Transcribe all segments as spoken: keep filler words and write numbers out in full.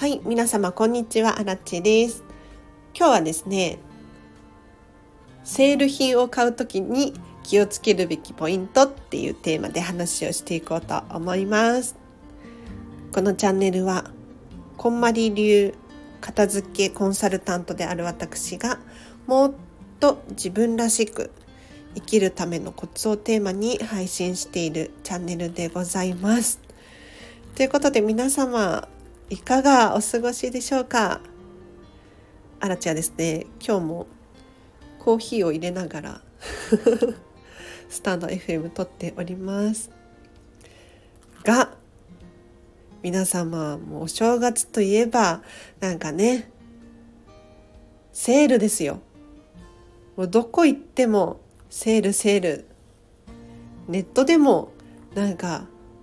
い、皆様こんにちは、あらちです。今日はですね、セール品を買うときに気をつけるべきポイントっていうテーマで話をしていこうと思います。このチャンネルはこんまり流片付けコンサルタントである私がもっと自分らしく生きるためのコツをテーマに配信しているチャンネルでございます。ということで皆様いかがお過ごしでしょうか。あらちはですね、今日もコーヒーを入れながらスタンド エフエム 撮っておりますが、皆様もうお正月といえばなんかね、セールですよ。もうどこ行ってもセールセール。ネットでもなんか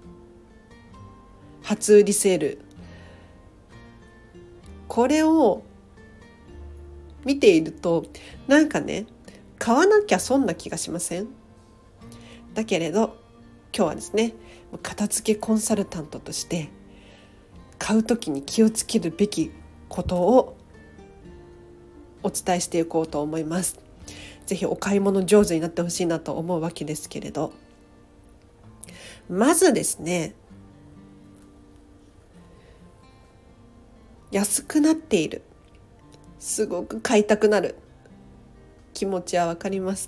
初売りセール。これを見ているとなんかね、買わなきゃ損な気がしません？だけれど今日はですね、片付けコンサルタントとして買うときに気をつけるべきことをお伝えしていこうと思います。ぜひお買い物上手になってほしいなと思うわけですけれど、まずですね、安くなっている、すごく買いたくなる気持ちはわかります。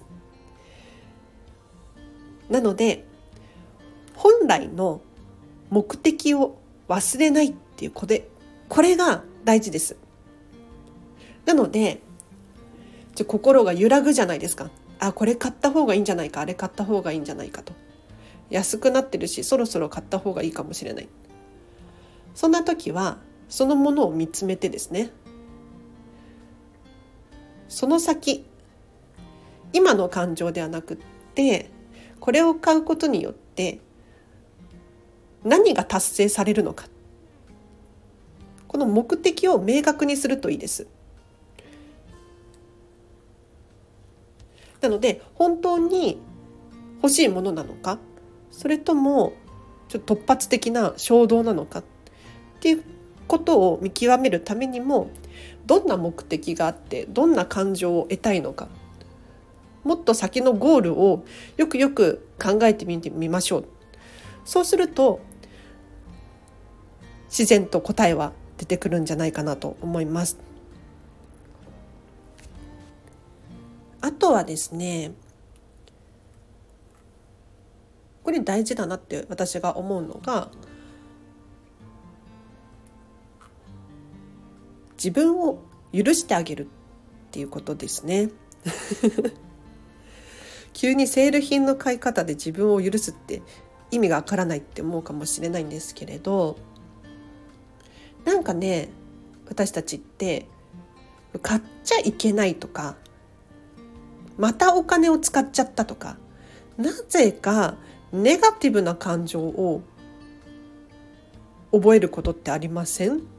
なので本来の目的を忘れないっていうこれ、これが大事です。なのでちょ心が揺らぐじゃないですか。あ、これ買った方がいいんじゃないか、あれ買った方がいいんじゃないかと。安くなってるし、そろそろ買った方がいいかもしれない。そんな時はそのものを見つめてですね、その先、今の感情ではなくって、これを買うことによって何が達成されるのか、この目的を明確にするといいです。なので本当に欲しいものなのか、それともちょっと突発的な衝動なのかっていうことを見極めるためにも、どんな目的があってどんな感情を得たいのか、もっと先のゴールをよくよく考えてみてみましょう。そうすると自然と答えは出てくるんじゃないかなと思います。あとはですね、これ大事だなって私が思うのが、自分を許してあげるっていうことですね。急にセール品の買い方で自分を許すって意味がわからないって思うかもしれないんですけれど、なんかね、私たちって買っちゃいけないとか、またお金を使っちゃったとか、なぜかネガティブな感情を覚えることってありません？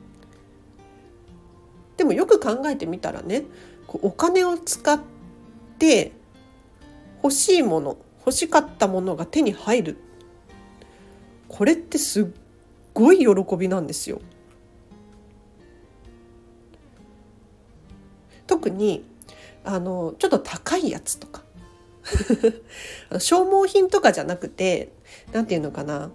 でもよく考えてみたらね、お金を使って欲しいもの、欲しかったものが手に入る、これってすっごい喜びなんですよ。特にあのちょっと高いやつとか消耗品とかじゃなくて、なんていうのかな、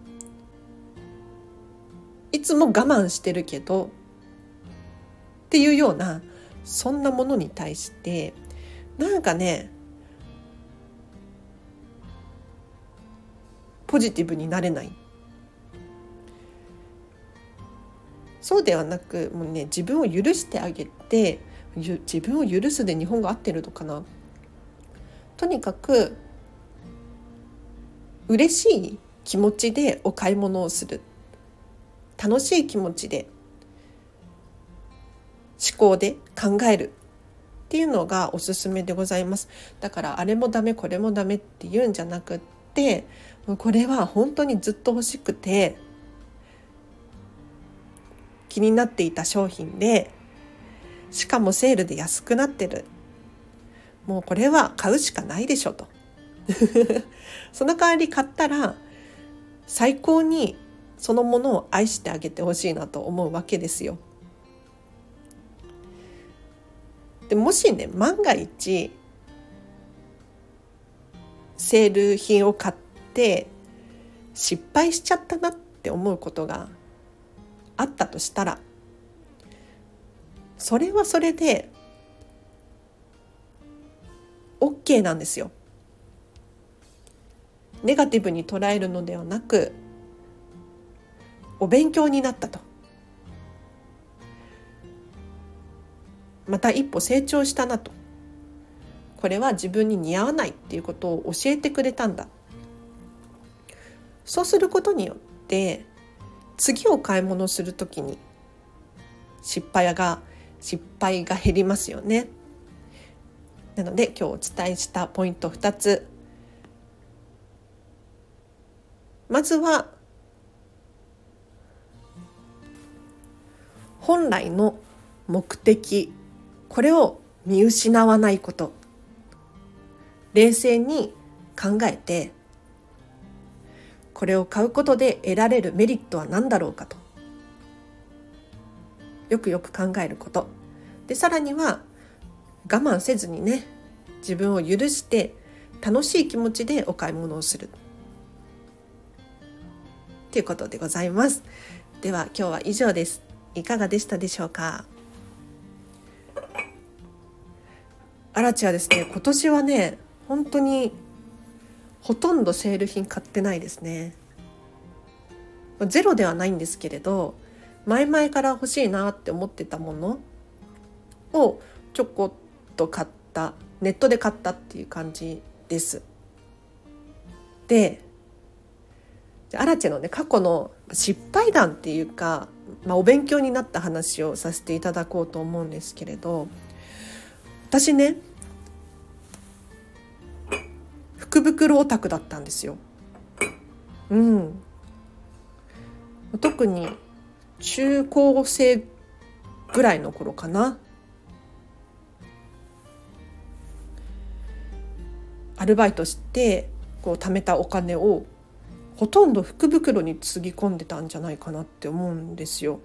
いつも我慢してるけどっていうような、そんなものに対してなんかね、ポジティブになれない。そうではなく、もうね、自分を許してあげて、自分を許すで日本語合ってるのかな。とにかく嬉しい気持ちでお買い物をする、楽しい気持ちで思考で考えるっていうのがおすすめでございます。だからあれもダメこれもダメっていうんじゃなくって、これは本当にずっと欲しくて気になっていた商品で、しかもセールで安くなってる、もうこれは買うしかないでしょとその代わり買ったら最高にそのものを愛してあげてほしいなと思うわけですよ。でもしね、万が一セール品を買って失敗しちゃったなって思うことがあったとしたら、それはそれで OK なんですよ。ネガティブに捉えるのではなく、お勉強になったと、また一歩成長したなと、これは自分に似合わないっていうことを教えてくれたんだ。そうすることによって次お買い物するときに失敗が失敗が減りますよね。なので今日お伝えしたポイントふたつ。まずは本来の目的、これを見失わないこと。冷静に考えて、これを買うことで得られるメリットは何だろうかと、よくよく考えることで、さらには我慢せずにね、自分を許して楽しい気持ちでお買い物をするということでございます。では今日は以上です。いかがでしたでしょうか。アラチはですね、今年はね、本当にほとんどセール品買ってないですね。ゼロではないんですけれど、前々から欲しいなって思ってたものをちょこっと買った、ネットで買ったっていう感じです。で、アラチェのね、過去の失敗談っていうか、まあ、お勉強になった話をさせていただこうと思うんですけれど、私ね、福袋オタクだったんですよ。うん。特に中高生ぐらいの頃かな。アルバイトしてこう貯めたお金をほとんど福袋につぎ込んでたんじゃないかなって思うんですよ。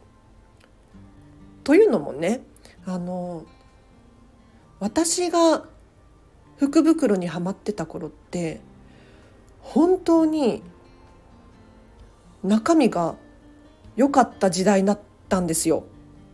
というのもね、あの私が福袋にはまってた頃って本当に中身が良かった時代だったんですよ。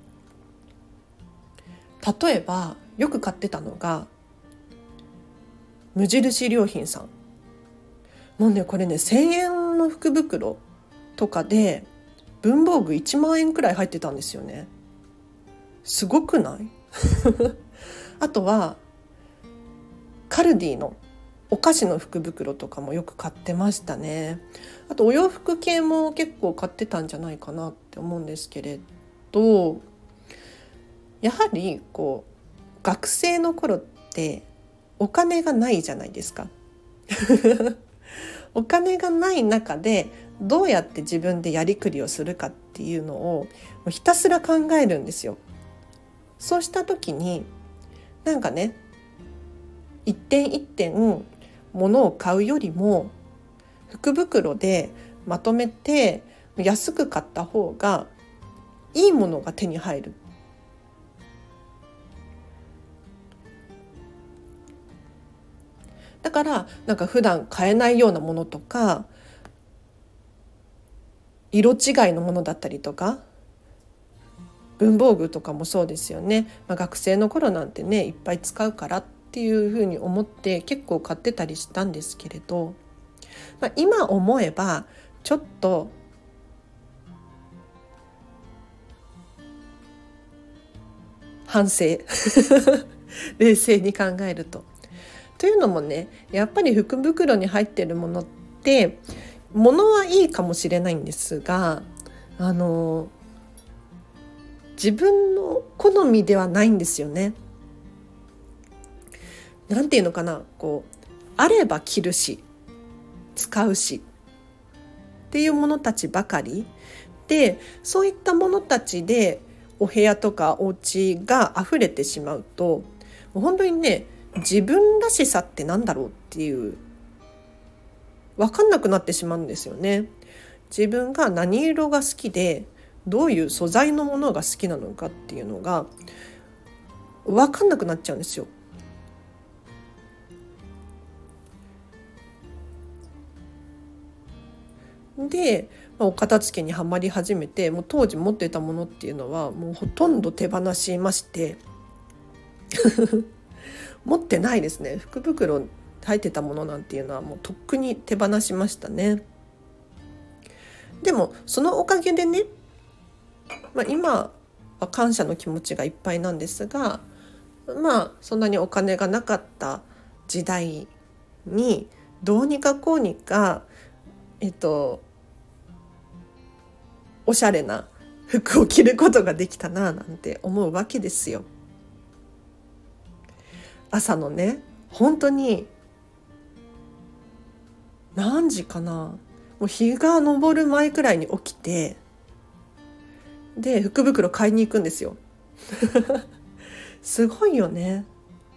例えばよく買ってたのが無印良品さん。もうね、これね、せんえんの福袋とかで文房具いちまんえんくらい入ってたんですよね。すごくない？あとはカルディのお菓子の福袋とかもよく買ってましたね。あとお洋服系も結構買ってたんじゃないかなって思うんですけれど、やはりこう学生の頃ってお金がないじゃないですか。お金がない中でどうやって自分でやりくりをするかっていうのをひたすら考えるんですよ。そうした時になんかね、一点一点物を買うよりも福袋でまとめて安く買った方がいいものが手に入る。だからなんか普段買えないようなものとか、色違いのものだったりとか、文房具とかもそうですよね。まあ、学生の頃なんてね、いっぱい使うからっていうふうに思って結構買ってたりしたんですけれど、まあ、今思えばちょっと反省冷静に考えると。というのもね、やっぱり福袋に入ってるものって物はいいかもしれないんですが、あの自分の好みではないんですよね。なんていうのかな、こうあれば着るし使うしっていうものたちばかりで、そういったものたちでお部屋とかお家が溢れてしまうと、もう本当にね、自分らしさってなんだろうっていう分かんなくなってしまうんですよね。 自分が何色が好きでどういう素材のものが好きなのかっていうのが分かんなくなっちゃうんですよ。で、まあ、お片付けにはまり始めて、もう当時持っていたものっていうのはもうほとんど手放しまして持ってないですね。福袋入ってたものなんていうのはもうとっくに手放しましたね。でもそのおかげでね、まあ、今は感謝の気持ちがいっぱいなんですが、まあそんなにお金がなかった時代にどうにかこうにかえっとおしゃれな服を着ることができたななんて思うわけですよ。朝のね、本当に何時かな、もう日が昇る前くらいに起きて、で福袋買いに行くんですよすごいよね。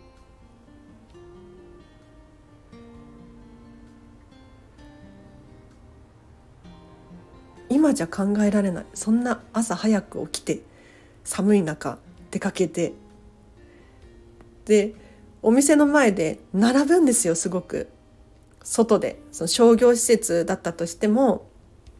今じゃ考えられない。そんな朝早く起きて寒い中出かけて、でお店の前で並ぶんですよ。すごく外で、その商業施設だったとしても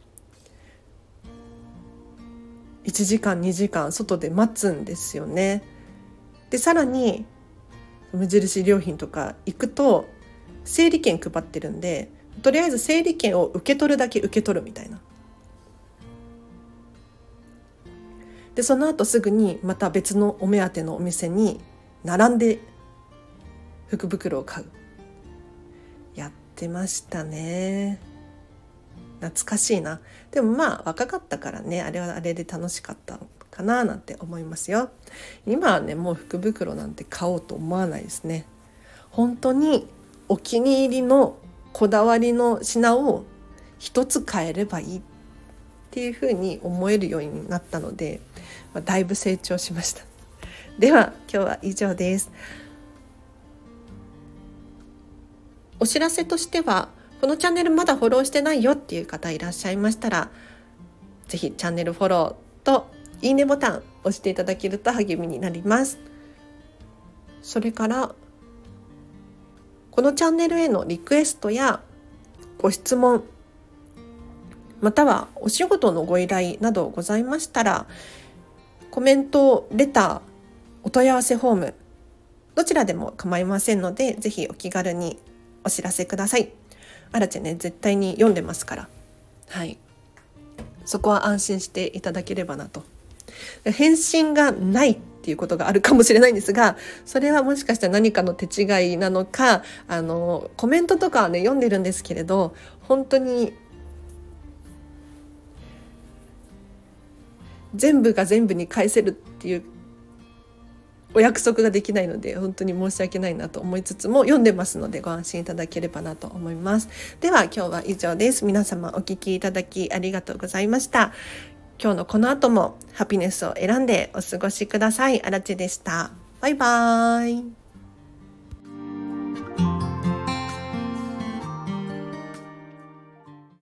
いちじかんにじかん外で待つんですよね。でさらに無印良品とか行くと整理券配ってるんで、とりあえず整理券を受け取るだけ受け取るみたいな。でその後すぐにまた別のお目当てのお店に並んで福袋を買う。やってましたね。懐かしいな。でもまあ若かったからね、あれはあれで楽しかったかななんて思いますよ。今はねもう福袋なんて買おうと思わないですね。本当にお気に入りのこだわりの品を一つ買えればいいっていうふうに思えるようになったので、まあ、だいぶ成長しました。では今日は以上です。お知らせとしては、このチャンネルまだフォローしてないよっていう方いらっしゃいましたら、ぜひチャンネルフォローといいねボタン押していただけると励みになります。それからこのチャンネルへのリクエストやご質問、またはお仕事のご依頼などございましたら、コメント、レター、お問い合わせフォーム、どちらでも構いませんので、ぜひお気軽にお知らせください。あらちゃんね、絶対に読んでますから、はい、そこは安心していただければなと。返信がないっていうことがあるかもしれないんですが、それはもしかしたら何かの手違いなのか、あのコメントとかはね読んでるんですけれど、本当に全部が全部に返せるっていうお約束ができないので、本当に申し訳ないなと思いつつも読んでますので、ご安心いただければなと思います。では今日は以上です。皆様お聞きいただきありがとうございました。今日のこの後もハピネスを選んでお過ごしください。あらちでした。バイバーイ。